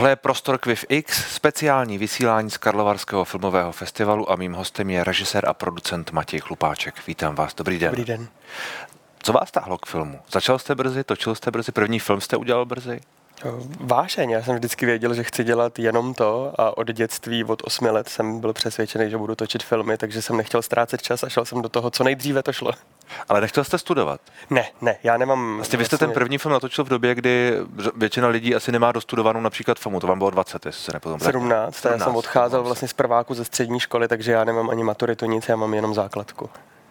Tohle je Prostor Quiff X, speciální vysílání z Karlovarského filmového festivalu a mým hostem je režisér a producent Matěj Chlupáček. Vítám vás, dobrý den. Dobrý den. Co vás táhlo k filmu? Začal jste brzy, točil jste brzy, první film jste udělal brzy? Vášeň, já jsem vždycky věděl, že chci dělat jenom to a od dětství, od 8 let jsem byl přesvědčený, že budu točit filmy, takže jsem nechtěl ztrácet čas a šel jsem do toho, co nejdříve to šlo. Ale nechtěl jste studovat? Ne, já nemám... Vlastně vy jste ten první film natočil v době, kdy většina lidí asi nemá dostudovanou například FAMu, to vám bylo 20, jestli se nepozorím. 17, já jsem odcházel vlastně z prváku ze střední školy, takže já nemám ani maturitu, nic, já mám jenom základku.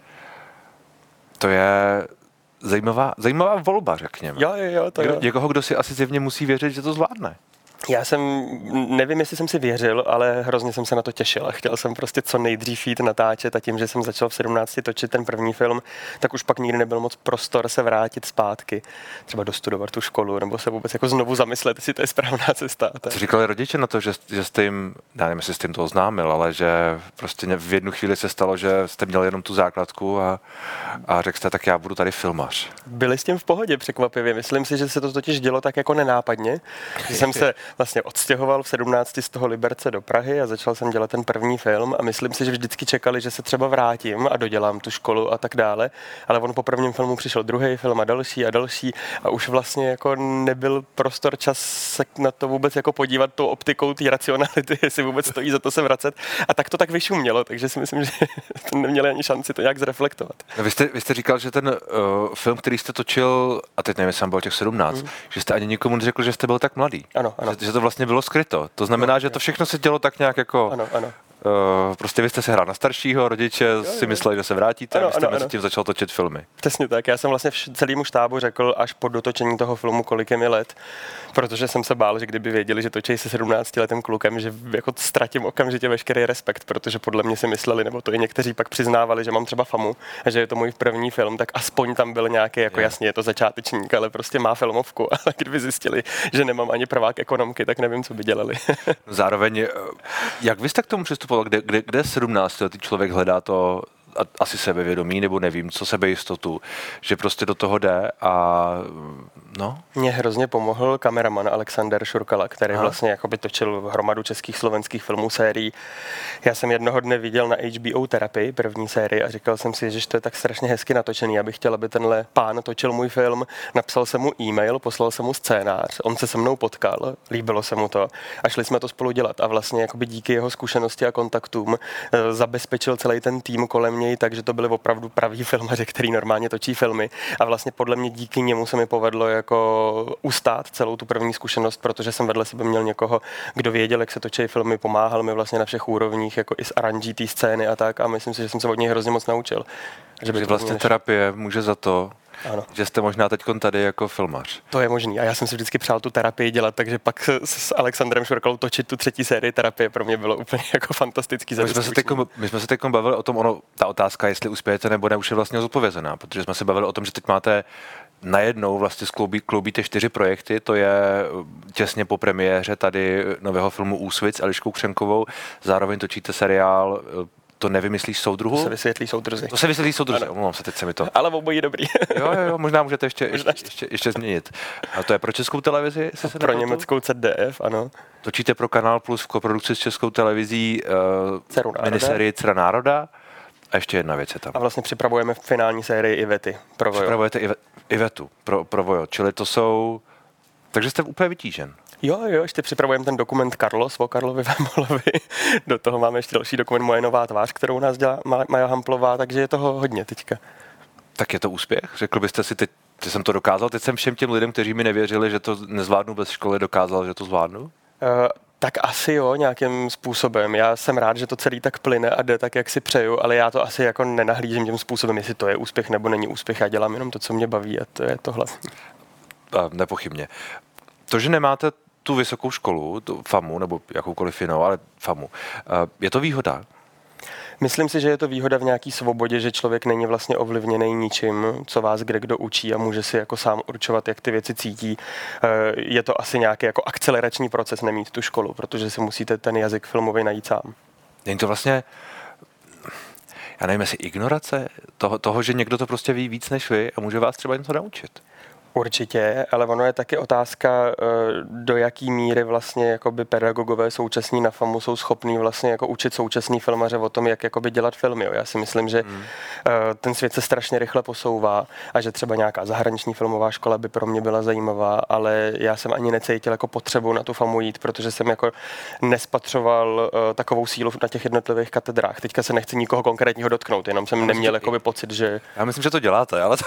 To je zajímavá volba, řekněme. Jo, to jo. Někoho, kdo si asi zjevně musí věřit, že to zvládne. Já nevím, jestli jsem si věřil, ale hrozně jsem se na to těšil a chtěl jsem prostě co nejdřív jít natáčet a tím, že jsem začal v 17 točit ten první film, tak už pak nikdy nebyl moc prostor se vrátit zpátky, třeba dostudovat tu školu nebo se vůbec jako znovu zamyslet, jestli to je správná cesta. Co říkali rodiče na to, že jste jim, já nevím, jestli jste jim to oznámil, ale že prostě v jednu chvíli se stalo, že jste měl jenom tu základku a řekl jste, tak já budu tady filmař. Byli s tím v pohodě překvapivě, myslím si, že se to totiž dělo tak jako nenápadně, že jsem se vlastně odstěhoval v 17 z toho Liberce do Prahy a začal jsem dělat ten první film a myslím si, že vždycky čekali, že se třeba vrátím a dodělám tu školu a tak dále, ale on po prvním filmu přišel druhý film a další a už vlastně jako nebyl prostor, čas se na to vůbec jako podívat tou optikou té racionality, jestli vůbec stojí za to se vracet a tak to tak vyšumělo, takže si myslím, že neměli ani šanci to nějak zreflektovat. Vy jste říkal, že ten film, který jste točil, a teď nevím, jestli byl těch 17, že jste ani nikomu neřekl, že jste byl tak mladý. Ano. Že to vlastně bylo skryto. To znamená, že to všechno se dělo tak nějak jako... Ano. Prostě vy jste se hrál na staršího, rodiče si mysleli, že se vrátíte a vy jste mezi tím začal točit filmy. Přesně tak, já jsem vlastně celému štábu řekl až po dotočení toho filmu, kolik je mi let, protože jsem se bál, že kdyby věděli, že točí se 17letým klukem, že jako ztratím okamžitě veškerý respekt, protože podle mě si mysleli, nebo to i někteří pak přiznávali, že mám třeba FAMu a že je to můj první film, tak aspoň tam byl nějaký, jako jasně, je to začátečník, ale prostě má filmovku, ale kdyby zjistili, že nemám ani prvák ekonomky, tak nevím, co by dělali. Zároveň, jak vy jste k tomu přistupoval, kde 17letý člověk hledá to asi sebevědomí, nebo nevím, co sebejistotu, že prostě do toho jde a no. Mně hrozně pomohl kameraman Alexander Šurkala, který vlastně jakoby točil hromadu českých, slovenských filmů, sérií. Já jsem jednoho dne viděl na HBO Terapii, první sérii, a říkal jsem si, že to je tak strašně hezky natočený, abych chtěl, aby tenhle pán točil můj film. Napsal jsem mu e-mail, poslal jsem mu scénář, on se mnou potkal, líbilo se mu to a šli jsme to spolu dělat. A vlastně jakoby díky jeho zkušenosti a kontaktům zabezpečil celý ten tým kolem něj, takže to byly opravdu praví filmaři, který normálně točí filmy. A vlastně podle mě díky němu se mi povedlo jako ustát celou tu první zkušenost, protože jsem vedle sebe měl někoho, kdo věděl, jak se točí filmy, pomáhal mi vlastně na všech úrovních, jako i s aranží té scény a tak. A myslím si, že jsem se od něj hrozně moc naučil. Že vlastně terapie může za to, ano. Že jste možná teď tady jako filmař. To je možný. A já jsem si vždycky přál tu terapii dělat, takže pak s Alexandrem Šurkalou točit tu třetí sérii terapie pro mě bylo úplně jako fantastický. My jsme se teď bavili o tom, ta otázka, jestli uspějete nebo ne, už je vlastně zodpovězená, protože jsme se bavili o tom, že teď máte najednou vlastně kloubíte 4 projekty, to je těsně po premiéře tady nového filmu Úsvit s Eliškou Křenkovou, zároveň točíte seriál To nevymyslíš soudruhu? To se vysvětlí soudruzi. To se vysvětlí soudruzi, omlouvám se, teď se mi to... Ale obojí dobrý. jo, možná můžete ještě změnit. A to je pro Českou televizi? Pro německou ZDF, ano. Točíte pro Kanál Plus v koprodukci s Českou televizí minisérii Dcera národa. A ještě jedna věc je tam. A vlastně připravujeme finální sérii Ivety pro Vojo. Připravujete Ivetu pro Vojo, čili to jsou... Takže jste úplně vytížen. Jo, ještě připravujeme ten dokument Carlos o Karlovi Vémolovi. Do toho máme ještě další dokument Moje nová tvář, kterou nás dělá Maja Hamplová, takže je toho hodně teďka. Tak je to úspěch? Řekl byste si teď, že jsem to dokázal? Teď jsem všem těm lidem, kteří mi nevěřili, že to nezvládnu bez školy, dokázal, že to zvládnu? Tak asi jo, nějakým způsobem. Já jsem rád, že to celý tak plyne a jde tak, jak si přeju, ale já to asi jako nenahlížím tím způsobem, jestli to je úspěch nebo není úspěch. Já dělám jenom to, co mě baví a to je to hlavní. Nepochybně. To, že nemáte tu vysokou školu, tu FAMu, nebo jakoukoliv jinou, ale FAMu, je to výhoda? Myslím si, že je to výhoda v nějaký svobodě, že člověk není vlastně ovlivněný ničím, co vás kdo učí a může si jako sám určovat, jak ty věci cítí. Je to asi nějaký jako akcelerační proces nemít tu školu, protože si musíte ten jazyk filmový najít sám. Není to vlastně, já nevím, jestli ignorace toho, že někdo to prostě ví víc než vy a může vás třeba něco naučit? Určitě, ale ono je taky otázka, do jaký míry vlastně jakoby pedagogové současní na FAMu jsou schopní vlastně jako učit současný filmaře o tom, jak jakoby dělat filmy. Jo. Já si myslím, že ten svět se strašně rychle posouvá a že třeba nějaká zahraniční filmová škola by pro mě byla zajímavá, ale já jsem ani necítil jako potřebu na tu FAMu jít, protože jsem jako nespatřoval takovou sílu na těch jednotlivých katedrách. Teďka se nechci nikoho konkrétního dotknout, jenom jsem neměl jakoby pocit, že... Já myslím, že to děláte, ale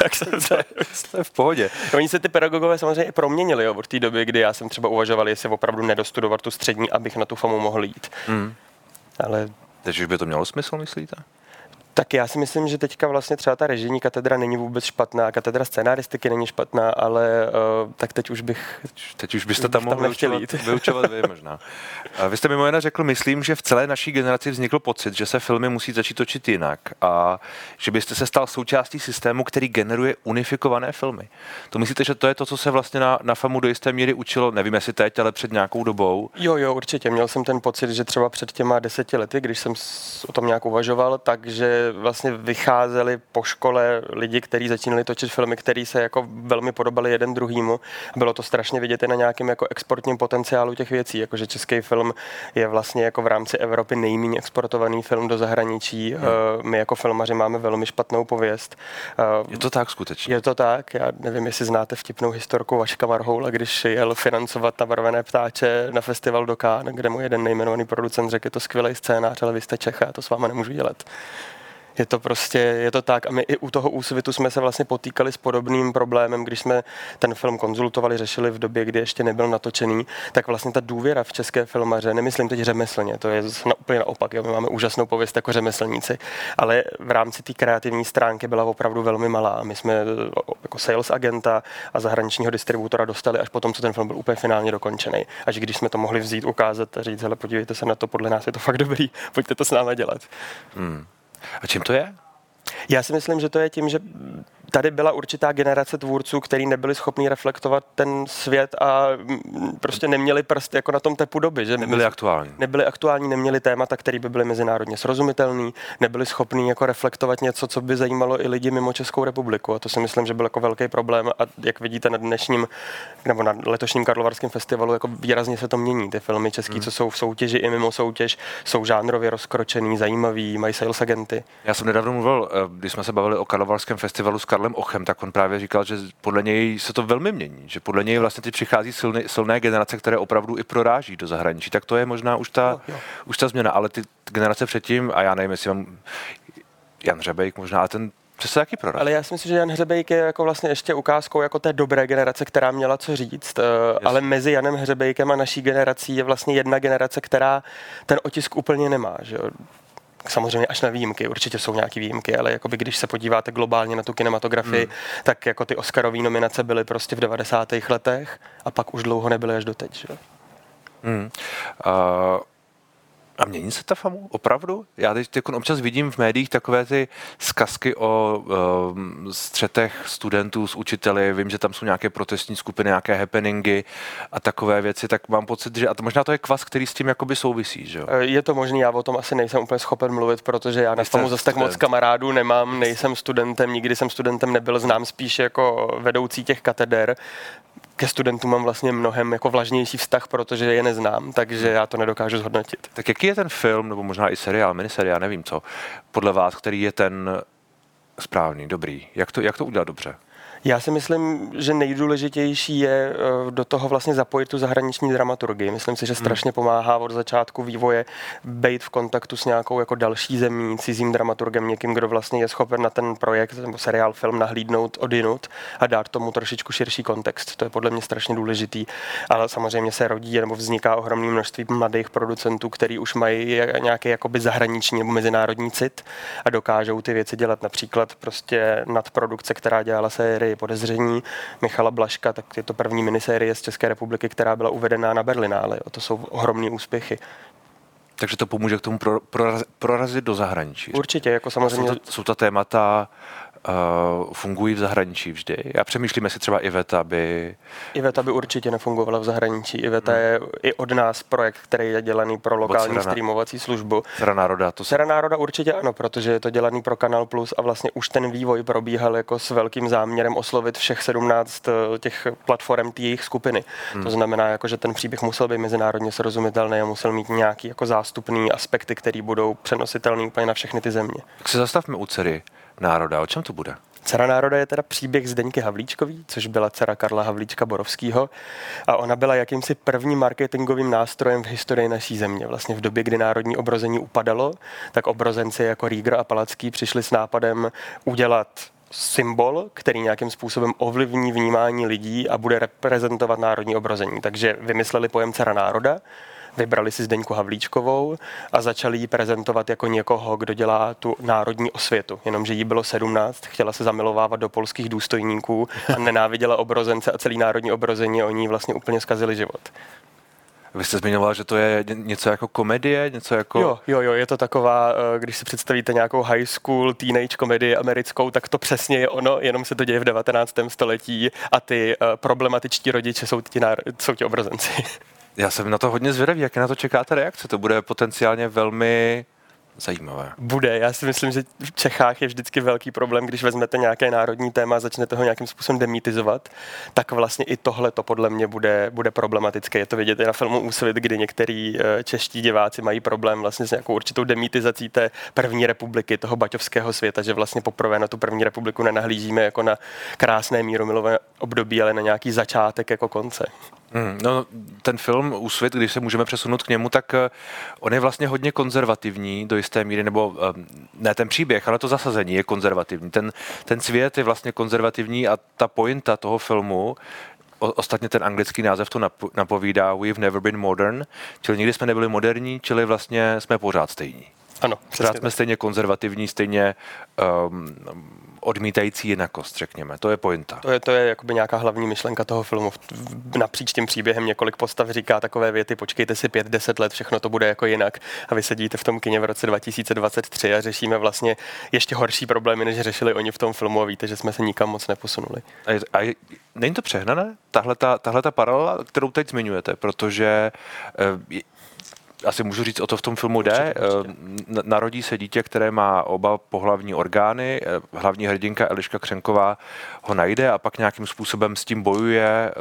to je v pohodě. Oni se ty pedagogové samozřejmě i proměnili od té doby, kdy já jsem třeba uvažoval, jestli opravdu nedostudovat tu střední, abych na tu FAMu mohl jít. Ale... Teď už by to mělo smysl, myslíte? Tak já si myslím, že teďka vlastně třeba ta režijní katedra není vůbec špatná, katedra scénaristiky není špatná, ale tak teď už bych... Teď už byste tam mohl vyučovat vy možná. Vy jste mimo jiné řekl, myslím, že v celé naší generaci vznikl pocit, že se filmy musí začít točit jinak a že byste se stal součástí systému, který generuje unifikované filmy. To myslíte, že to je to, co se vlastně na FAMu do jisté míry učilo, nevím jestli teď, ale před nějakou dobou? Jo, určitě. Měl jsem ten pocit, že třeba před těma 10 lety, když jsem o tom nějak uvažoval, takže vlastně vycházeli po škole lidi, kteří začínali točit filmy, které se jako velmi podobaly jeden druhýmu. Bylo to strašně vidět i na nějakém jako exportním potenciálu těch věcí, jakože český film je vlastně jako v rámci Evropy nejméně exportovaný film do zahraničí. My jako filmaři máme velmi špatnou pověst. Je to tak skutečně? Je to tak. Já nevím, jestli znáte vtipnou historku Vaška Marhoula, když jel financovat Nabarvené ptáče na festival do Cannes, kde mu jeden nejmenovaný producent řekl, je to skvělý scénář, ale vy jste Čech, já to s váma nemůžu dělat. Je to tak a my i u toho Úsvitu jsme se vlastně potýkali s podobným problémem, když jsme ten film konzultovali, řešili v době, kdy ještě nebyl natočený, tak vlastně ta důvěra v české filmaře, nemyslím teď řemeslně, to je úplně naopak, jo, my máme úžasnou pověst jako řemeslníci, ale v rámci té kreativní stránky byla opravdu velmi malá. My jsme jako sales agenta a zahraničního distributora dostali až potom, co ten film byl úplně finálně dokončený. Až když jsme to mohli vzít, ukázat a říct, hele, podívejte se na to, podle nás je to fakt dobrý, pojďte to s námi dělat. A čím to je? Já si myslím, že to je tím, že tady byla určitá generace tvůrců, kteří nebyli schopni reflektovat ten svět a prostě neměli prst jako na tom tepu doby. Že nebyli aktuální. Nebyli aktuální, neměli témata, které by byly mezinárodně srozumitelné, nebyli schopni jako reflektovat něco, co by zajímalo i lidi mimo Českou republiku. A to si myslím, že byl jako velký problém. A jak vidíte na dnešním nebo na letošním Karlovarském festivalu, jako výrazně se to mění. Ty filmy český, co jsou v soutěži i mimo soutěž, jsou žánrově rozkročený, zajímavý, mají sales agenty. Já jsem nedávno mluvil, když jsme se bavili o Karlovarském festivalu s Karlem Ochem, tak on právě říkal, že podle něj se to velmi mění, že podle něj vlastně teď přichází silné generace, které opravdu i proráží do zahraničí. Tak to je možná už ta změna, ale ty generace předtím, a já nevím, jestli mám Jan Hřebejk možná, ale ten přesně taky prorazí. Ale já si myslím, že Jan Hřebejk je jako vlastně ještě ukázkou jako té dobré generace, která měla co říct, ale mezi Janem Hřebejkem a naší generací je vlastně jedna generace, která ten otisk úplně nemá, že jo. Samozřejmě až na výjimky, určitě jsou nějaké výjimky, ale jakoby když se podíváte globálně na tu kinematografii, tak jako ty Oscarové nominace byly prostě v 90. letech a pak už dlouho nebyly až doteď. Že? A mění se ta FAMu? Opravdu? Já teď občas vidím v médiích takové ty zkazky o střetech studentů s učiteli, vím, že tam jsou nějaké protestní skupiny, nějaké happeningy a takové věci, tak mám pocit, že a to možná to je kvas, který s tím jakoby souvisí, že jo? Je to možný, já o tom asi nejsem úplně schopen mluvit, protože já na FAMu zase tak moc kamarádů nemám, nejsem studentem, nikdy jsem studentem nebyl, znám spíš jako vedoucí těch kateder. Ke studentům mám vlastně mnohem jako vlažnější vztah, protože je neznám, takže já to nedokážu zhodnotit. Tak jaký je ten film, nebo možná i seriál, miniseriál, nevím co, podle vás, který je ten správný, dobrý? Jak to udělat dobře? Já si myslím, že nejdůležitější je do toho vlastně zapojit tu zahraniční dramaturgii. Myslím si, že strašně pomáhá od začátku vývoje být v kontaktu s nějakou jako další zemí, cizím dramaturgem, někým, kdo vlastně je schopen na ten projekt nebo seriál, film nahlídnout odinut a dát tomu trošičku širší kontext. To je podle mě strašně důležitý. Ale samozřejmě se rodí nebo vzniká ohromné množství mladých producentů, kteří už mají nějaký jakoby zahraniční nebo mezinárodní cit a dokážou ty věci dělat. Například prostě nadprodukce, která dělala sérii Podezření Michala Blažka, tak je to první minisérie z České republiky, která byla uvedená na Berlinále. To jsou ohromné úspěchy. Takže to pomůže k tomu prorazit do zahraničí. Určitě, jako samozřejmě. Jsou ta témata fungují v zahraničí vždy? Já přemýšlím, jestli třeba Iveta by určitě nefungovala v zahraničí. Iveta je i od nás projekt, který je dělaný pro lokální streamovací službu. Dcera národa. Dcera národa určitě ano, protože je to dělaný pro Kanal Plus a vlastně už ten vývoj probíhal jako s velkým záměrem oslovit všech 17 těch platform té jejich skupiny. To znamená, jako, že ten příběh musel být mezinárodně srozumitelný a musel mít nějaký jako zástupný aspekty, které budou přenositelné úplně na všechny ty země. Tak se zastavme u Dcery národa. O čem to bude? Dcera národa je teda příběh Zdeňky Havlíčkový, což byla dcera Karla Havlíčka Borovského, a ona byla jakýmsi prvním marketingovým nástrojem v historii naší země. Vlastně v době, kdy národní obrození upadalo, tak obrozenci jako Rieger a Palacký přišli s nápadem udělat symbol, který nějakým způsobem ovlivní vnímání lidí a bude reprezentovat národní obrození. Takže vymysleli pojem Dcera národa, vybrali si Zdeňku Havlíčkovou a začali ji prezentovat jako někoho, kdo dělá tu národní osvětu. Jenomže jí bylo 17, chtěla se zamilovávat do polských důstojníků a nenáviděla obrozence a celý národní obrození a oni jí vlastně úplně zkazili život. Vy jste zmiňoval, že to je něco jako komedie, něco jako... Jo, je to taková, když si představíte nějakou high school, teenage komedii americkou, tak to přesně je ono, jenom se to děje v 19. století a ty problematičtí rodiče jsou ti obrozenci. Já jsem na to hodně zvědavý, jaké na to čekáte reakce? To bude potenciálně velmi zajímavé. Bude. Já si myslím, že v Čechách je vždycky velký problém, když vezmete nějaké národní téma a začnete ho nějakým způsobem demýtizovat, tak vlastně i tohle to podle mě bude problematické. Je to vidět i na filmu Úsvit, kdy některý čeští diváci mají problém vlastně s nějakou určitou demýtizací té první republiky, toho baťovského světa, že vlastně poprvé na tu první republiku nenahlížíme jako na krásné míromilové období, ale na nějaký začátek jako konce. No, ten film Úsvit, když se můžeme přesunout k němu, tak on je vlastně hodně konzervativní do jisté míry, nebo ne ten příběh, ale to zasazení je konzervativní. Ten svět je vlastně konzervativní a ta pointa toho filmu, ostatně ten anglický název to napovídá We've never been modern, čili nikdy jsme nebyli moderní, čili vlastně jsme pořád stejní. Ano, pořád jsme stejně konzervativní, stejně odmítající jinakost, řekněme. To je pointa. To je jakoby nějaká hlavní myšlenka toho filmu. Napříč tím příběhem několik postav říká takové věty, počkejte si 5-10 let, všechno to bude jako jinak. A vy sedíte v tom kině v roce 2023 a řešíme vlastně ještě horší problémy, než řešili oni v tom filmu a víte, že jsme se nikam moc neposunuli. A není to přehnané? Tahle ta paralela, kterou teď zmiňujete, protože asi můžu říct, o to v tom filmu jde. Určitě. Narodí se dítě, které má oba pohlavní orgány. Hlavní hrdinka Eliška Křenková ho najde a pak nějakým způsobem s tím bojuje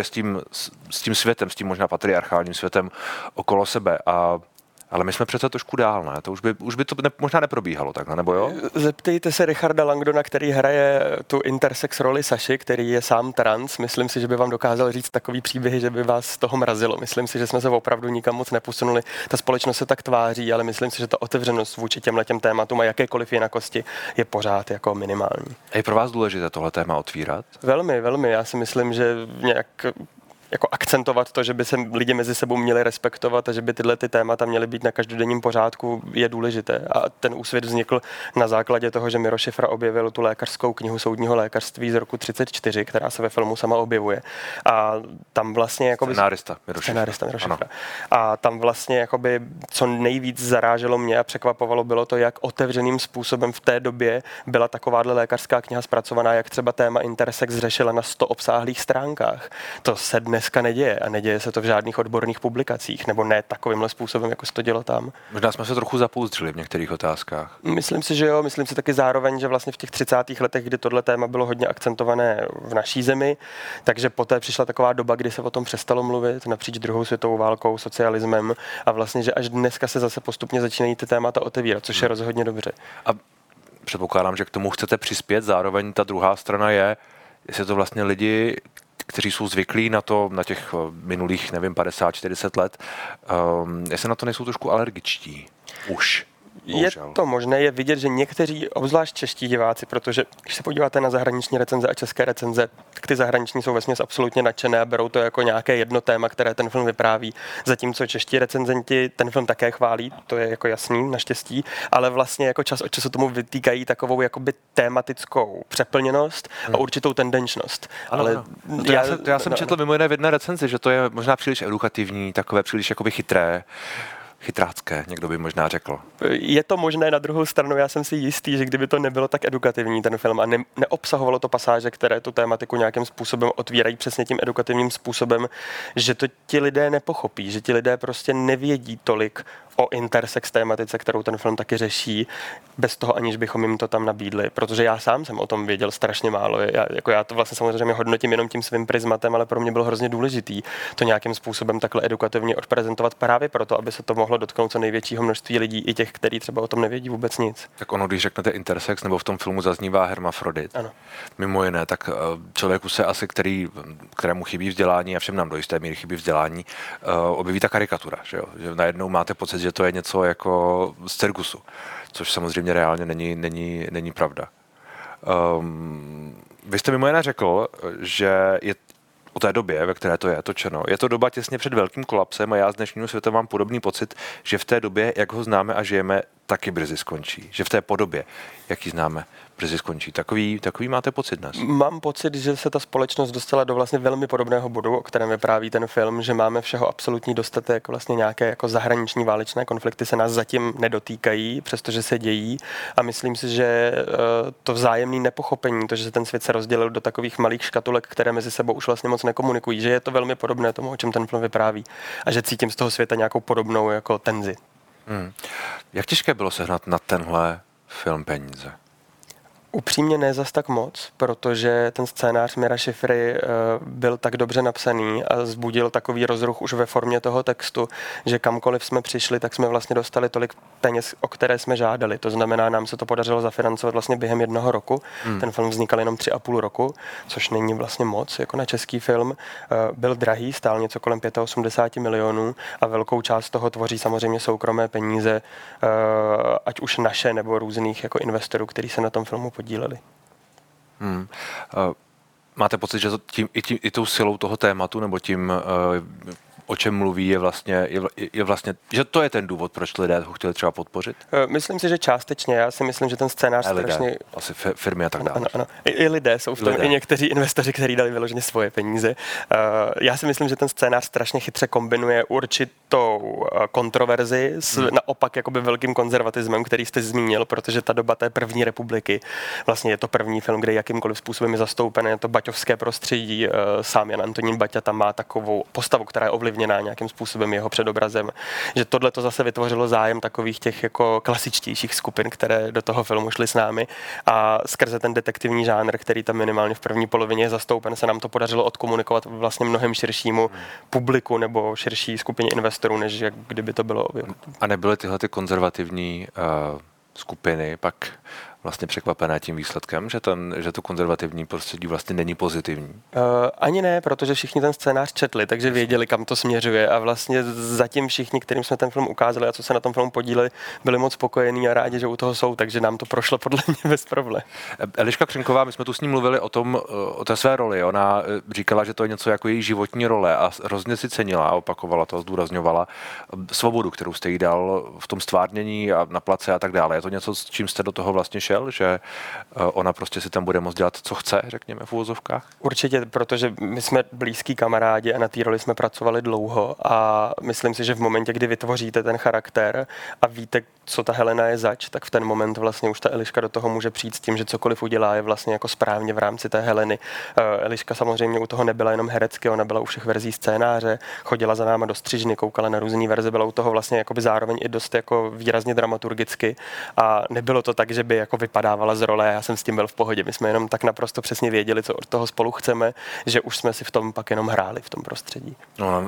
s tím světem, s tím možná patriarchálním světem okolo sebe. Ale my jsme přece trošku dál, ne? To už by to možná neprobíhalo takhle, nebo jo? Zeptejte se Richarda Langdona, který hraje tu intersex roli Saši, který je sám trans. Myslím si, že by vám dokázal říct takový příběhy, že by vás z toho mrazilo. Myslím si, že jsme se opravdu nikam moc neposunuli. Ta společnost se tak tváří, ale myslím si, že ta otevřenost vůči těmhletěm tématům a jakékoliv jinakosti je pořád jako minimální. Je pro vás důležité tohle téma otvírat? Velmi, velmi. Já si myslím, že nějak jako akcentovat to, že by se lidi mezi sebou měli respektovat a že by tyhle ty témata měly být na každodenním pořádku, je důležité. A ten Úsvit vznikl na základě toho, že Miro Šifra objevil tu lékařskou knihu soudního lékařství z roku 1934, která se ve filmu sama objevuje. A tam vlastně jakoby scenárista Miro Šifra. A tam vlastně jakoby co nejvíc zaráželo mě a překvapovalo bylo to, jak otevřeným způsobem v té době byla takováhle lékařská kniha zpracovaná, jak třeba téma intersex řešila na 100 obsáhlých stránkách. To se dneska neděje a neděje se to v žádných odborných publikacích, nebo ne takovýmhle způsobem, jako se to dělo tam. Možná jsme se trochu zapouzdřili v některých otázkách. Myslím si, že jo, myslím si taky zároveň, že vlastně v těch 30. letech, kdy tohle téma bylo hodně akcentované v naší zemi, takže poté přišla taková doba, kdy se o tom přestalo mluvit napříč druhou světovou válkou, socialismem a vlastně, že až dneska se zase postupně začínají ty témata otevírat, což je rozhodně dobře. A předpokládám, že k tomu chcete přispět, zároveň ta druhá strana je, jestli to vlastně lidi, kteří jsou zvyklí na těch minulých, 50-40 let, jestli na to nejsou trošku alergičtí. Už. Bohužel. Je to možné, je vidět, že někteří, obzvlášť čeští diváci, protože když se podíváte na zahraniční recenze a české recenze, tak ty zahraniční jsou vesměs absolutně nadšené a berou to jako nějaké jedno téma, které ten film vypráví. Zatímco čeští recenzenti ten film také chválí, to je jako jasný, naštěstí, ale vlastně jako čas od času tomu vytýkají takovou jakoby tématickou přeplněnost a určitou tendenčnost. Ale já jsem četl mimo jiné v jedné recenzi, že to je možná příliš edukativní, takové příliš jakoby chytré chytrácké, někdo by možná řekl. Je to možné, na druhou stranu já jsem si jistý, že kdyby to nebylo tak edukativní ten film a neobsahovalo to pasáže, které tu tématiku nějakým způsobem otvírají přesně tím edukativním způsobem, že to ti lidé nepochopí, že ti lidé prostě nevědí tolik o intersex tématice, kterou ten film taky řeší, bez toho, aniž bychom jim to tam nabídli. Protože já sám jsem o tom věděl strašně málo. Já to vlastně samozřejmě hodnotím jenom tím svým prismatem, ale pro mě bylo hrozně důležitý to nějakým způsobem takhle edukativně odprezentovat právě proto, aby se to mohlo dotknout co největšího množství lidí, i těch, kteří třeba o tom nevědí vůbec nic. Tak ono, když řeknete intersex, nebo v tom filmu zaznívá hermafrodit, ano. Mimo jiné, tak člověku se asi, kterému chybí vzdělání, a všem nám do jisté míry chybí vzdělání, objeví ta karikatura, že jo? Že najednou máte pocit, že to je něco jako z cirkusu, což samozřejmě reálně není pravda. Vy jste mimo jiné řekl, že je o té době, ve které to je točeno. Je to doba těsně před velkým kolapsem a já z dnešního světa mám podobný pocit, že v té době, jak ho známe a žijeme, taky brzy skončí. Že v té podobě, jak ji známe, brzy skončí. Takový máte pocit dnes? Mám pocit, že se ta společnost dostala do vlastně velmi podobného bodu, o kterém vypráví ten film, že máme všeho absolutní dostatek, vlastně nějaké jako zahraniční válečné konflikty se nás zatím nedotýkají, přestože se dějí, a myslím si, že to vzájemné nepochopení, to, že ten svět se rozdělil do takových malých škatulek, které mezi sebou už vlastně moc nekomunikují, že je to velmi podobné tomu, o čem ten film vypráví, a že cítím z toho světa nějakou podobnou jako tenzi. Jak těžké bylo sehnat na tenhle film peníze? Upřímně ne zas tak moc, protože ten scénář Mira Schifry byl tak dobře napsaný a vzbudil takový rozruch už ve formě toho textu, že kamkoliv jsme přišli, tak jsme vlastně dostali tolik peněz, o které jsme žádali. To znamená, nám se to podařilo zafinancovat vlastně během 1 roku. Ten film vznikal jenom 3,5 roku, což není vlastně moc jako na český film. Byl drahý, stál něco kolem 85 milionů a velkou část toho tvoří samozřejmě soukromé peníze, ať už naše nebo různých jako investorů, kteří se na tom filmu podíleli. Máte pocit, že i tou silou toho tématu nebo tím, o čem mluví, je vlastně, že to je ten důvod, proč lidé ho chtěli třeba podpořit? Myslím si, že částečně. Já si myslím, že ten scénář strašně... Asi firmy a tak dále. Ano. I lidé jsou v tom, i někteří investoři, kteří dali vyloženě svoje peníze. Já si myslím, že ten scénář strašně chytře kombinuje určitou kontroverzi s naopak jakoby velkým konzervatismem, který jste zmínil, protože ta doba té první republiky, vlastně je to první film, kde jakýmkoliv způsobem je zastoupené to baťovské prostředí. Sám Jan Antonín Baťa tam má takovou postavu, která je ovlivněná nějakým způsobem jeho předobrazem, že tohle to zase vytvořilo zájem takových těch jako klasičtějších skupin, které do toho filmu šly s námi, a skrze ten detektivní žánr, který tam minimálně v první polovině je zastoupen, se nám to podařilo odkomunikovat vlastně mnohem širšímu publiku nebo širší skupině investorů, než jak kdyby to bylo. A nebyly tyhle ty konzervativní skupiny pak vlastně překvapené tím výsledkem, že to konzervativní prostředí vlastně není pozitivní? Ani ne, protože všichni ten scénář četli, takže věděli, kam to směřuje, a vlastně zatím všichni, kterým jsme ten film ukázali a co se na tom filmu podíleli, byli moc spokojení a rádi, že u toho jsou, takže nám to prošlo podle mě bez problémů. Eliška Křenková, my jsme tu s ní mluvili o té své roli. Ona říkala, že to je něco jako její životní role a hrozně si cenila a opakovala to, zdůrazňovala svobodu, kterou jste jí dal v tom stvárnění a na place a tak dále. Je to něco, s čím jste do toho vlastně šel, že ona prostě si tam bude moct dělat, co chce, řekněme v uvozovkách? Určitě, protože my jsme blízký kamarádi a na té roli jsme pracovali dlouho, a myslím si, že v momentě, kdy vytvoříte ten charakter a víte, co ta Helena je zač, tak v ten moment vlastně už ta Eliška do toho může přijít s tím, že cokoliv udělá je vlastně jako správně v rámci té Heleny. Eliška samozřejmě u toho nebyla jenom herecky, ona byla u všech verzí scénáře, chodila za náma do střižny, koukala na různé verze, byla u toho vlastně jakoby zároveň i dost jako výrazně dramaturgicky, a nebylo to tak, že by jako vypadávala z role, já jsem s tím byl v pohodě. My jsme jenom tak naprosto přesně věděli, co od toho spolu chceme, že už jsme si v tom pak jenom hráli v tom prostředí.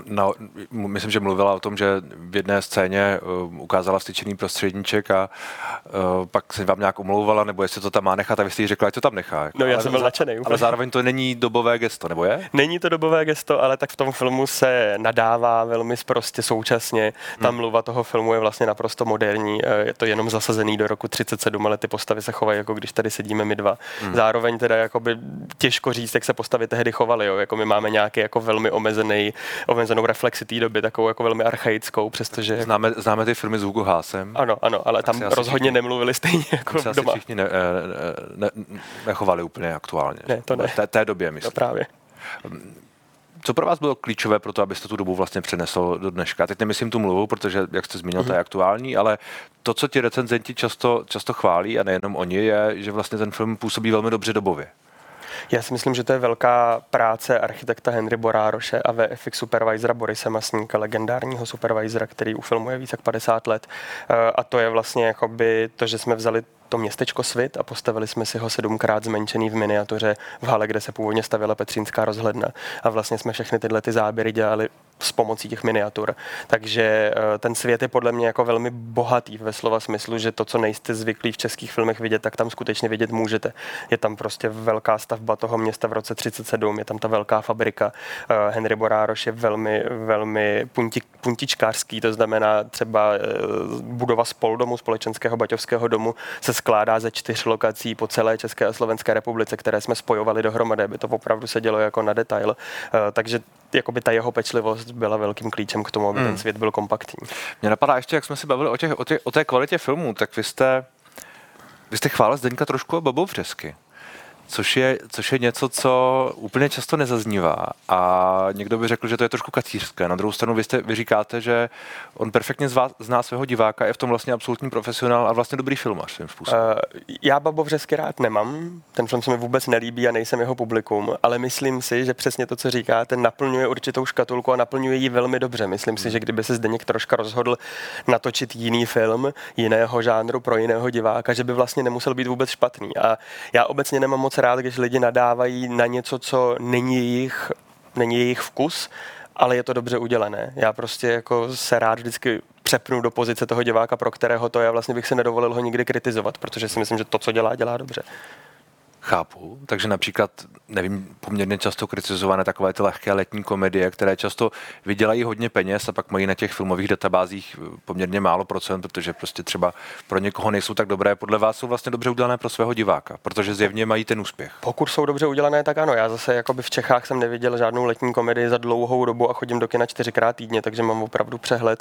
Myslím, že mluvila o tom, že v jedné scéně ukázala vstyčený prostředníček a pak se vám nějak omlouvala, nebo jestli to tam má nechat, a vy jste jí řekla, ať to tam nechá. No, já jsem byl nadšený. Ale zároveň to není dobové gesto, nebo je? Není to dobové gesto, ale tak v tom filmu se nadává velmi sprostě současně. Ta mluva toho filmu je vlastně naprosto moderní. Je to jenom zasazený do roku 37, ale ty postavy se chovají, jako když tady sedíme my dva. Zároveň teda jakoby těžko říct, jak se postavy tehdy chovaly. Jo. Jako my máme nějaký jako velmi omezenou reflexi té doby, takovou jako velmi archaickou, přestože... Známe ty filmy s Hugo Haasem. Ano, ale tam rozhodně nemluvili stejně jako doma. doma. Všichni nechovali úplně aktuálně. Ne, to ne. Té době, myslím. To právě. Co pro vás bylo klíčové pro to, abyste tu dobu vlastně přenesl do dneška? Teď nemyslím tu mluvu, protože, jak jste zmínil, to je aktuální, ale to, co ti recenzenti často chválí, a nejenom oni, je, že vlastně ten film působí velmi dobře dobově. Já si myslím, že to je velká práce architekta Henry Borároše a VFX supervisora Borise Masníka, legendárního supervisora, který u filmu je víc jak 50 let. A to je vlastně jakoby to, že jsme vzali to městečko Svit a postavili jsme si ho 7krát zmenšený v miniatuře v hale, kde se původně stavěla Petřínská rozhledna. A vlastně jsme všechny tyhle ty záběry dělali s pomocí těch miniatur. Takže ten svět je podle mě jako velmi bohatý ve slova smyslu, že to, co nejste zvyklí v českých filmech vidět, tak tam skutečně vidět můžete. Je tam prostě velká stavba toho města v roce 37, je tam ta velká fabrika. Henry Borároš je velmi puntičkářský, to znamená třeba budova Spoldomu, společenského baťovského domu, se skládá ze 4 lokací po celé České a Slovenské republice, které jsme spojovali dohromady, aby to opravdu se dělo jako na detail. Takže jakoby ta jeho pečlivost byla velkým klíčem k tomu, aby ten svět byl kompaktní. Mě napadá ještě, jak jsme si bavili o té kvalitě filmů, tak vy jste chválil Zdeňka Trošku a Babou Vřesky. Což je něco, co úplně často nezaznívá a někdo by řekl, že to je trošku kacířské. Na druhou stranu vy říkáte, že on perfektně zná svého diváka, je v tom vlastně absolutní profesionál a vlastně dobrý filmař svým způsobem. Já Babo Vřesky rád nemám, ten film se mi vůbec nelíbí a nejsem jeho publikum, ale myslím si, že přesně to, co říkáte, naplňuje určitou škatulku a naplňuje ji velmi dobře. Myslím si, že kdyby se Zdeněk Troška rozhodl natočit jiný film, jiného žánru pro jiného diváka, že by vlastně nemusel být vůbec špatný. A já obecně nemám moc rád, když lidi nadávají na něco, co není jejich vkus, ale je to dobře udělané. Já prostě jako se rád vždycky přepnu do pozice toho diváka, pro kterého to je, vlastně bych se nedovolil ho nikdy kritizovat, protože si myslím, že to, co dělá dobře. Chápu, takže například, nevím, poměrně často kritizované takové ty lehké letní komedie, které často vydělají hodně peněz a pak mají na těch filmových databázích poměrně málo procent, protože prostě třeba pro někoho nejsou tak dobré, podle vás jsou vlastně dobře udělané pro svého diváka, protože zjevně mají ten úspěch. Pokud jsou dobře udělané, tak ano. Já zase jakoby v Čechách jsem neviděl žádnou letní komedii za dlouhou dobu a chodím do kina 4krát týdně, takže mám opravdu přehled,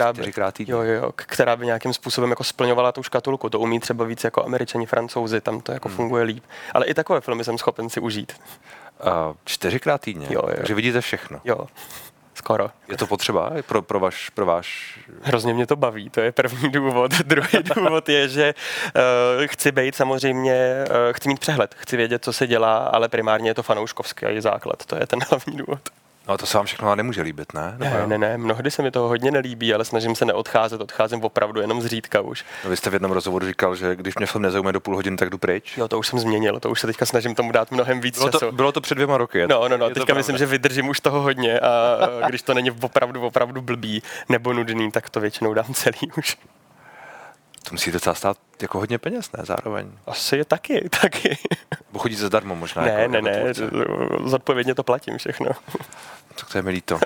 která by nějakým způsobem jako splňovala tu škatulku. To umí třeba víc jako Američani, Francouzi, tam to jako funguje líp. Ale i takové filmy jsem schopen si užít. 4krát týdně? Jo. Takže vidíte všechno? Jo, skoro. Je to potřeba pro váš... Hrozně mě to baví, to je první důvod. Druhý důvod je, že chci být samozřejmě, chci mít přehled, chci vědět, co se dělá, ale primárně je to fanouškovský a je základ, to je ten hlavní důvod. No to se vám všechno nemůže líbit, ne? Ne, mnohdy se mi toho hodně nelíbí, ale snažím se odcházím opravdu jenom zřídka už. No, vy jste v jednom rozhovoru říkal, že když mě film nezaujme do půl hodiny, tak jdu pryč. Jo, to už jsem změnil, to už se teďka snažím tomu dát mnohem víc času. Bylo to před 2 roky. No, teďka myslím, že vydržím už toho hodně a když to není opravdu blbý nebo nudný, tak to většinou dám celý už. To musí docela stát jako hodně peněz, ne? Zároveň. Asi je taky. Bo chodíte zadarmo možná. Ne, zodpovědně to platím všechno. Tak to je mi líto.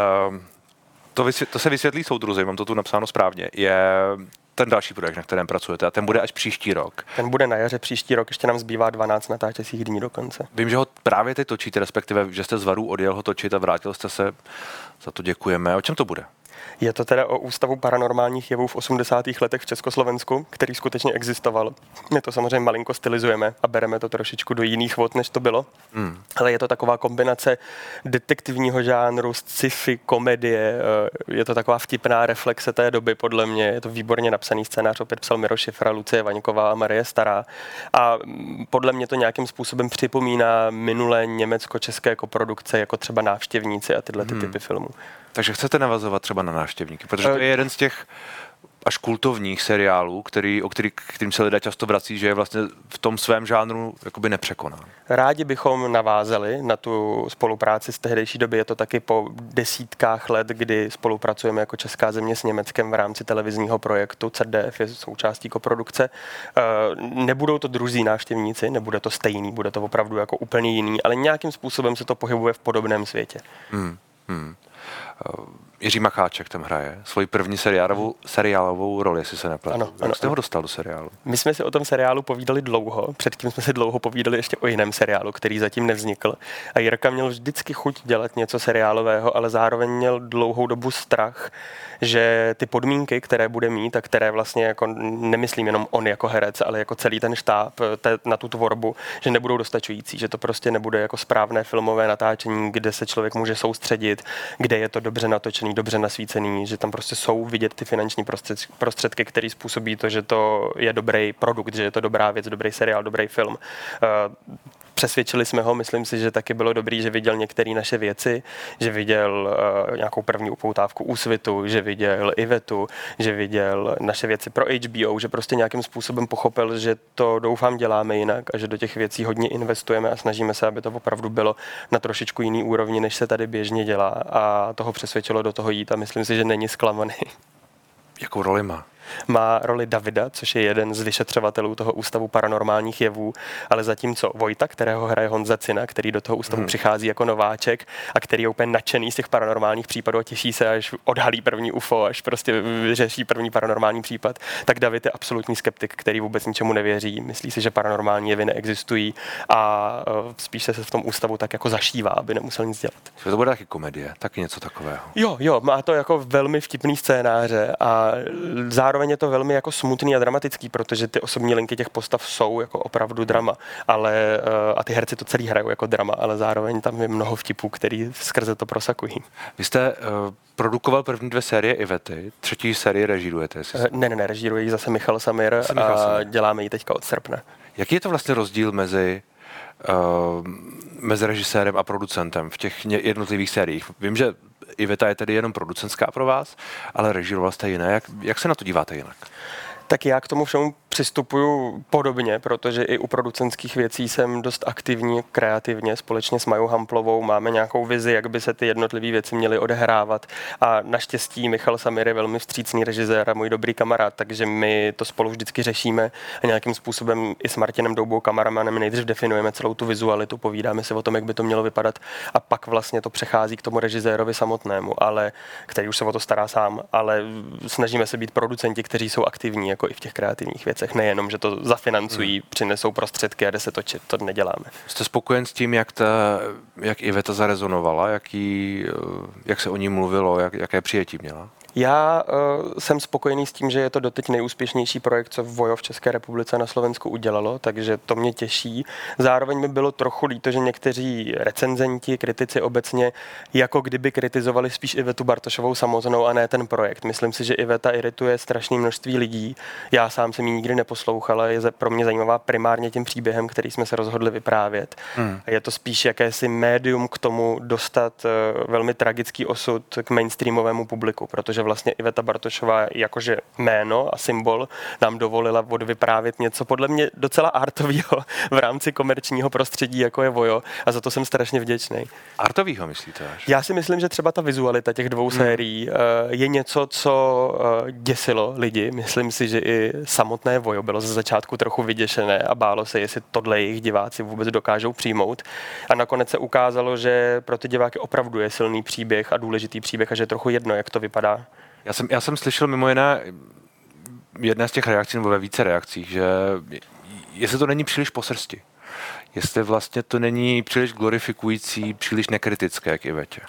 To se vysvětlí soudruzi, mám to tu napsáno správně. Je ten další projekt, na kterém pracujete a ten bude až příští rok. Ten bude na jaře příští rok, ještě nám zbývá 12 natáčecích dní dokonce. Vím, že ho právě teď točíte, respektive, že jste z Varů odjel ho točit a vrátil jste se. Za to děkujeme. O čem to bude? Je to teda o Ústavu paranormálních jevů v 80. letech v Československu, který skutečně existoval. My to samozřejmě malinko stylizujeme a bereme to trošičku do jiných vod, než to bylo. Ale je to taková kombinace detektivního žánru, sci-fi, komedie. Je to taková vtipná reflexe té doby, podle mě. Je to výborně napsaný scénář, opět psal Miro Šifra, Lucie Vaňková a Marie Stará. A podle mě to nějakým způsobem připomíná minulé německo-české koprodukce, jako třeba Návštěvníci a tyhle typy filmů. Takže chcete navazovat třeba na Návštěvníky, protože to je jeden z těch až kultovních seriálů, kterým se lidé často vrací, že je vlastně v tom svém žánru jakoby nepřekonán. Rádi bychom navázali na tu spolupráci z tehdejší doby. Je to taky po desítkách let, kdy spolupracujeme jako Česká země s Německem v rámci televizního projektu. ZDF je součástí koprodukce. Nebudou to druzí návštěvníci, nebude to stejný, bude to opravdu jako úplně jiný, ale nějakým způsobem se to pohybuje v podobném světě. Jiří Macháček tam hraje svoji první seriálovou roli, jestli se nepletu. Jak jste ho dostal do seriálu? My jsme si o tom seriálu povídali dlouho, předtím jsme si dlouho povídali ještě o jiném seriálu, který zatím nevznikl. A Jirka měl vždycky chuť dělat něco seriálového, ale zároveň měl dlouhou dobu strach, že ty podmínky, které bude mít a které vlastně jako nemyslím jenom on jako herec, ale jako celý ten štáb na tu tvorbu, že nebudou dostačující, že to prostě nebude jako správné filmové natáčení, kde se člověk může soustředit, kde je to dobře natočený, dobře nasvícený, že tam prostě jsou vidět ty finanční prostředky, které způsobí to, že to je dobrý produkt, že je to dobrá věc, dobrý seriál, dobrý film. Přesvědčili jsme ho, myslím si, že taky bylo dobrý, že viděl některé naše věci, že viděl nějakou první upoutávku Úsvitu, že viděl Ivetu, že viděl naše věci pro HBO, že prostě nějakým způsobem pochopil, že to doufám děláme jinak a že do těch věcí hodně investujeme a snažíme se, aby to opravdu bylo na trošičku jiný úrovni, než se tady běžně dělá, a toho přesvědčilo do toho jít a myslím si, že není zklamaný. Jakou roli má? Má roli Davida, což je jeden z vyšetřovatelů toho ústavu paranormálních jevů, ale zatímco Vojta, kterého hraje Honza Cina, který do toho ústavu přichází jako nováček a který je úplně nadšený z těch paranormálních případů a těší se, až odhalí první UFO, až prostě vyřeší první paranormální případ, tak David je absolutní skeptik, který vůbec ničemu nevěří, myslí si, že paranormální jevy neexistují a spíš se v tom ústavu tak jako zašívá, aby nemusel nic dělat. To bude taky komedie, taky něco takového. Jo, má to jako velmi vtipný scénáře a zároveň je to velmi jako smutný a dramatický, protože ty osobní linky těch postav jsou jako opravdu drama, ale a ty herci to celý hrajou jako drama, ale zároveň tam je mnoho vtipů, který skrze to prosakují. Vy jste produkoval první 2 série Ivety, 3. sérii režírujete? Ne, režíruje ji zase Michal Samir a děláme ji teďka od srpna. Jaký je to vlastně rozdíl mezi režisérem a producentem v těch jednotlivých sériích? Vím, že Iveta je tedy jenom producentská pro vás, ale režíroval jste jiné. Jak se na to díváte jinak? Tak já k tomu všemu přistupuju podobně, protože i u producentských věcí jsem dost aktivní, kreativně, společně s Majou Hamplovou máme nějakou vizi, jak by se ty jednotlivé věci měly odehrávat a naštěstí Michal Samir je velmi vstřícný režisér a můj dobrý kamarád, takže my to spolu vždycky řešíme a nějakým způsobem i s Martinem Doubou, kameramanem, nejdřív definujeme celou tu vizualitu, povídáme si o tom, jak by to mělo vypadat a pak vlastně to přechází k tomu režisérovi samotnému, ale který už se o to stará sám, ale snažíme se být producenti, kteří jsou aktivní jako i v těch kreativních věcech, nejenom, že to zafinancují, přinesou prostředky a jde se točit, to neděláme. Jste spokojen s tím, jak Iveta zarezonovala, jak se o ní mluvilo, jaké přijetí měla? Já jsem spokojený s tím, že je to doteď nejúspěšnější projekt, co Vojo v České republice a na Slovensku udělalo, takže to mě těší. Zároveň mi bylo trochu líto, že někteří recenzenti, kritici obecně, jako kdyby kritizovali spíš Ivetu Bartošovou samotnou a ne ten projekt. Myslím si, že Iveta irituje strašné množství lidí. Já sám jsem ji nikdy neposlouchal, je pro mě zajímavá primárně tím příběhem, který jsme se rozhodli vyprávět. Je to spíš jakési médium k tomu dostat velmi tragický osud k mainstreamovému publiku, protože vlastně Iveta Bartošová jakože jméno a symbol nám dovolila odvyprávět něco podle mě docela artového v rámci komerčního prostředí, jako je Vojo, a za to jsem strašně vděčný. Artovýho myslíte až? Já si myslím, že třeba ta vizualita těch 2 sérií je něco, co děsilo lidi. Myslím si, že i samotné Vojo bylo ze začátku trochu vyděšené a bálo se, jestli tohle jejich diváci vůbec dokážou přijmout. A nakonec se ukázalo, že pro ty diváky opravdu je silný příběh a důležitý příběh a že je trochu jedno, jak to vypadá. Já jsem slyšel mimo jiné jedné z těch reakcí, nebo ve více reakcích, že jestli to není příliš po srsti, jestli vlastně to není příliš glorifikující, příliš nekritické k Ivetě.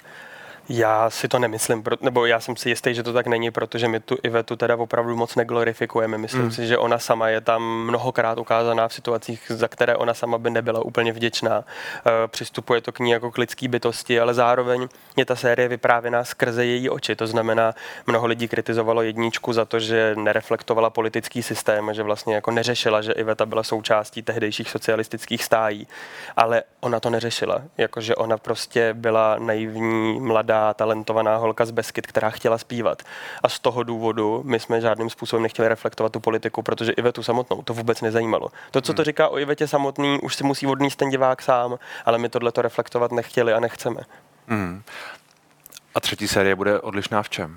Já si to nemyslím, nebo já jsem si jistý, že to tak není, protože my tu Ivetu teda opravdu moc neglorifikujeme. Myslím si, že ona sama je tam mnohokrát ukázaná v situacích, za které ona sama by nebyla úplně vděčná. Přistupuje to k ní jako k lidský bytosti, ale zároveň je ta série vyprávěná skrze její oči. To znamená, mnoho lidí kritizovalo jedničku za to, že nereflektovala politický systém, že vlastně jako neřešila, že Iveta byla součástí tehdejších socialistických stájí, ale ona to neřešila, jakože ona prostě byla naivní, mladá, talentovaná holka z Beskyt, která chtěla zpívat. A z toho důvodu my jsme žádným způsobem nechtěli reflektovat tu politiku, protože Ivetu samotnou to vůbec nezajímalo. To, co to říká o Ivetě samotný, už si musí odníst ten divák sám, ale my tohleto reflektovat nechtěli a nechceme. A 3. série bude odlišná v čem?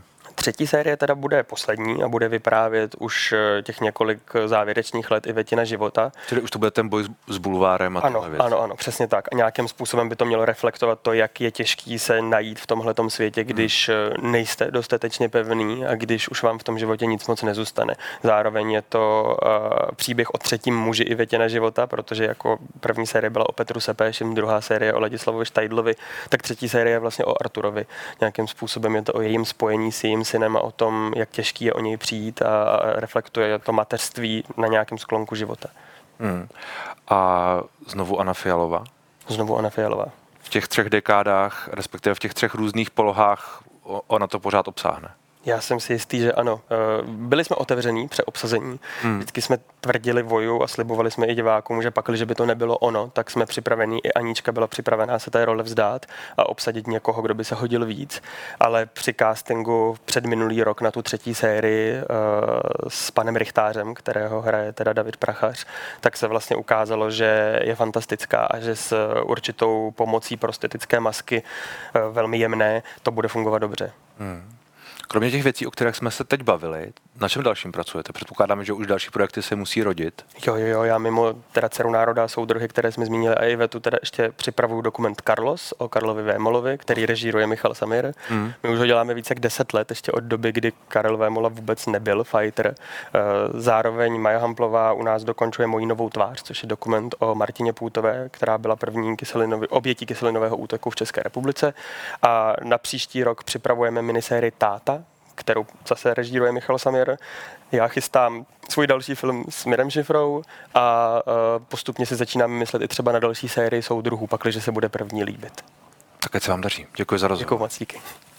Třetí série teda bude poslední a bude vyprávět už těch několik závěrečných let Ivetina života. Čili už to bude ten boj s bulvárem a ano, ano, přesně tak. A nějakým způsobem by to mělo reflektovat to, jak je těžký se najít v tomhletom světě, když nejste dostatečně pevný a když už vám v tom životě nic moc nezůstane. Zároveň je to příběh o třetím muži Ivetina života, protože jako první série byla o Petru Sepéšim, druhá série o Ladislavovi Štajdlovi, tak třetí série je vlastně o Arturovi. Nějakým způsobem je to o jejím spojení s jejím synem a o tom, jak těžký je o něj přijít a reflektuje to mateřství na nějakém sklonku života. A znovu Anna Fialová? Znovu Anna Fialová. V těch 3 dekádách, respektive v těch 3 různých polohách ona to pořád obsáhne? Já jsem si jistý, že ano. Byli jsme otevření, přeobsazení. Vždycky jsme tvrdili voju a slibovali jsme i divákům, že pakli, že by to nebylo ono, tak jsme připravení. I Anička byla připravená se té role vzdát a obsadit někoho, kdo by se hodil víc. Ale při castingu před minulý rok na tu třetí sérii s panem Richtářem, kterého hraje teda David Prachař, tak se vlastně ukázalo, že je fantastická a že s určitou pomocí prostetické masky velmi jemné to bude fungovat dobře. Kromě těch věcí, o kterých jsme se teď bavili, na čem dalším pracujete? Předpokládáme, že už další projekty se musí rodit. Jo, já mimo teda Dceru národa, soudruhy, které jsme zmínili, a Ivetu teda ještě připravuju dokument Carlos o Karlovi Vémolovi, který režíruje Michal Samir. My už ho děláme více jak 10 let, ještě od doby, kdy Karel Vémola vůbec nebyl fighter. Zároveň Maja Hamplová u nás dokončuje Moji novou tvář, což je dokument o Martině Půtové, která byla první obětí kyselinového útoku v České republice. A na příští rok připravujeme minisérii Táta, kterou zase režíruje Michal Samir. Já chystám svůj další film s Mirem Šifrou a postupně si začínám myslet i třeba na další sérii soudruhů, pakliže se bude první líbit. Tak ať se vám daří. Děkuji za rozhovor. Děkuji moc, díky.